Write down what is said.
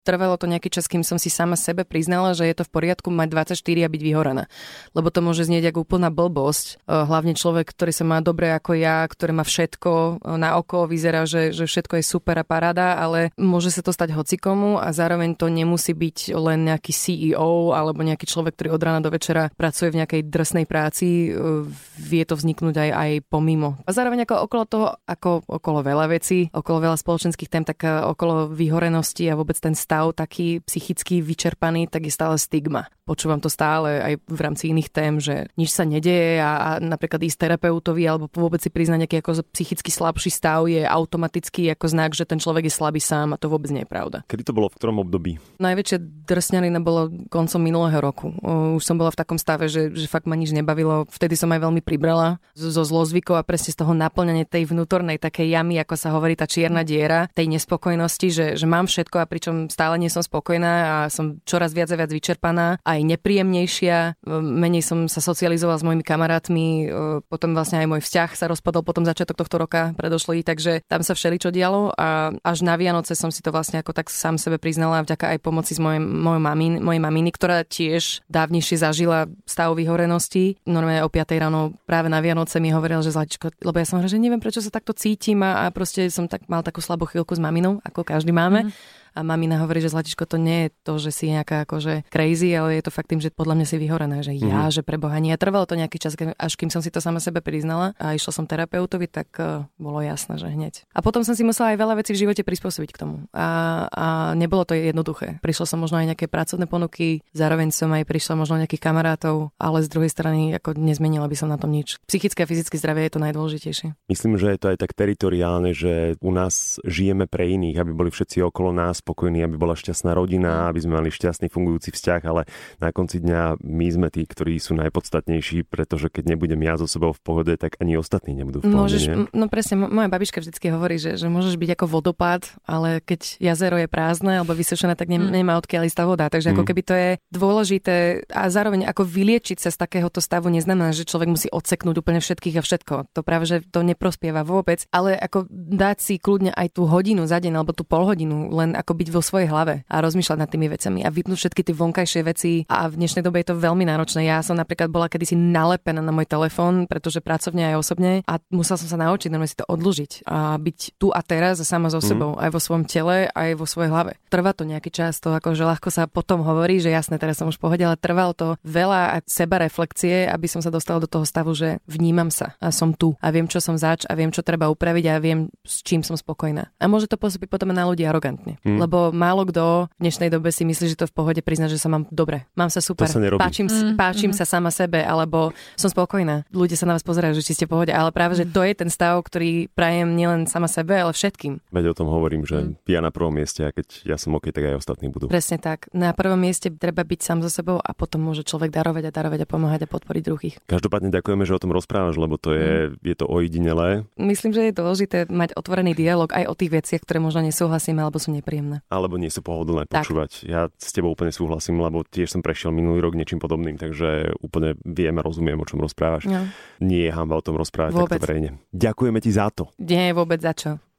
trvalo to nejaký čas, kým som si sama sebe priznala, že je to v poriadku mať 24 a byť vyhorená. Lebo to môže znieť ako úplná blbosť. Hlavne človek, ktorý sa má dobre ako ja, ktorý má všetko na oko, vyzerá, že všetko je super a paráda, ale môže sa to stať hocikomu a zároveň to nemusí byť len nejaký CEO alebo nejaký človek, ktorý od rána do večera pracuje v nejakej drsnej práci. Vie to vzniknúť aj pomimo. A zároveň ako okolo toho, ako okolo veľa vecí, okolo veľa spoločenských tém, tak okolo vyhorenosti a vôbec ten stav taký psychicky vyčerpaný, tak je stále stigma. Počúvam to stále aj v rámci iných tém, že nič sa nedeje a napríklad ísť terapeutovi alebo vôbec si priznať nejaký ako psychicky slabší stav je automaticky ako znak, že ten človek je slabý sám a to vôbec nie je pravda. Kedy to bolo, v ktorom období? Najväčšia drsňanina bolo koncom minulého roku. Už som bola v takom stave, že fakt ma nič nebavilo. Vtedy som aj veľmi pribrala zo zlozvykov a presne z toho naplňania tej vnútornej takej jamy, ako sa hovorí, tá čierna diera, tej nespokojnosti, že mám všetko a pričom stále nie som spokojná a som čoraz viac a viac vyčerpaná, aj nepríjemnejšia. Menej som sa socializovala s mojimi kamarátmi, potom vlastne aj môj vzťah sa rozpadol potom začiatok tohto roka predošlý, takže tam sa všeličo dialo a až na Vianoce som si to vlastne ako tak sám sebe priznala vďaka aj pomoci z mojej maminy, ktorá tiež dávnejšie zažila stav vyhorenosti. Normálne o 5 ráno práve na Vianoce mi hovorila, že Zlatičko, lebo ja som hovorila, že neviem, prečo sa takto cítim a proste som tak mal takú slabú chvíľku s maminou, ako každý máme. A mamina hovorí, že Zlatičko, to nie je to, že si nejaká akože crazy, ale je to fakt tým, že podľa mňa si vyhorená, že že pre Boha nie. A trvalo to nejaký čas, až kým som si to sama sebe priznala a išla som terapeutovi, tak bolo jasné, že hneď. A potom som si musela aj veľa vecí v živote prispôsobiť k tomu. A nebolo to jednoduché. Prišla som možno aj nejaké pracovné ponuky, zároveň som aj prišla možno nejakých kamarátov, ale z druhej strany ako nezmenila by som na tom nič. Psychické a fyzické zdravie je to najdôležitejšie. Myslím, že je to aj tak teritoriálne, že u nás žijeme pre iných, aby boli všetci okolo nás spokojní, aby bola šťastná rodina, aby sme mali šťastný fungujúci vzťah, ale na konci dňa my sme tí, ktorí sú najpodstatnejší, pretože keď nebudem ja so sebou v pohode, tak ani ostatní nebudú v pohode. No presne, moja babička vždycky hovorí, že môžeš byť ako vodopád, ale keď jazero je prázdne alebo vysušené, tak nemá odkiaľ ísť tá voda. Takže ako keby to je dôležité a zároveň ako vyliečiť sa z takéhoto stavu neznamená, že človek musí odseknúť úplne všetkých a všetko. To práve, že to neprospieva vôbec, ale ako dať si kľudne aj tú hodinu za deň alebo tú polhodinu len ako byť vo svojej hlave a rozmýšľať nad tými vecami a vypnúť všetky tie vonkajšie veci a v dnešnej dobe je to veľmi náročné. Ja som napríklad bola kedysi nalepená na môj telefón, pretože pracovne aj osobne a musela som sa naučiť normálne si to odložiť a byť tu a teraz a sama so sebou, aj vo svojom tele, aj vo svojej hlave. Trvá to nejaký čas, to akože ľahko sa potom hovorí, že jasné, teraz som už v pohode, ale trvalo to veľa sebareflexie, aby som sa dostala do toho stavu, že vnímam sa a som tu a viem, čo som zač a viem, čo treba upraviť a viem, s čím som spokojná. A môže to pôsobiť potom na ľudí arogantne. Lebo málo kto v dnešnej dobe si myslí, že to v pohode prizná, že sa mám dobre. Mám sa super. Páčim sa sama sebe, alebo som spokojná. Ľudia sa na vás pozerajú, že či ste v pohode, ale práve že to je ten stav, ktorý prajem nielen sama sebe, ale všetkým. Veď o tom hovorím, že ja na prvom mieste a keď ja som OK, tak aj ostatní budú. Presne tak. Na prvom mieste treba byť sám so sebou a potom môže človek darovať a pomáhať a podporiť druhých. Každopádne ďakujeme, že o tom rozprávaš, lebo to je to ojedinelé. Myslím, že je dôležité mať otvorený dialog aj o tých veciach, ktoré možno nesúhlasíme alebo sú nepríjemné. Alebo nie sú pohodlné počúvať. Ja s tebou úplne súhlasím, lebo tiež som prešiel minulý rok niečím podobným, takže úplne viem a rozumiem, o čom rozprávaš. No. Nie je hanba o tom rozprávať takto verejne. Ďakujeme ti za to. Nie je vôbec za čo.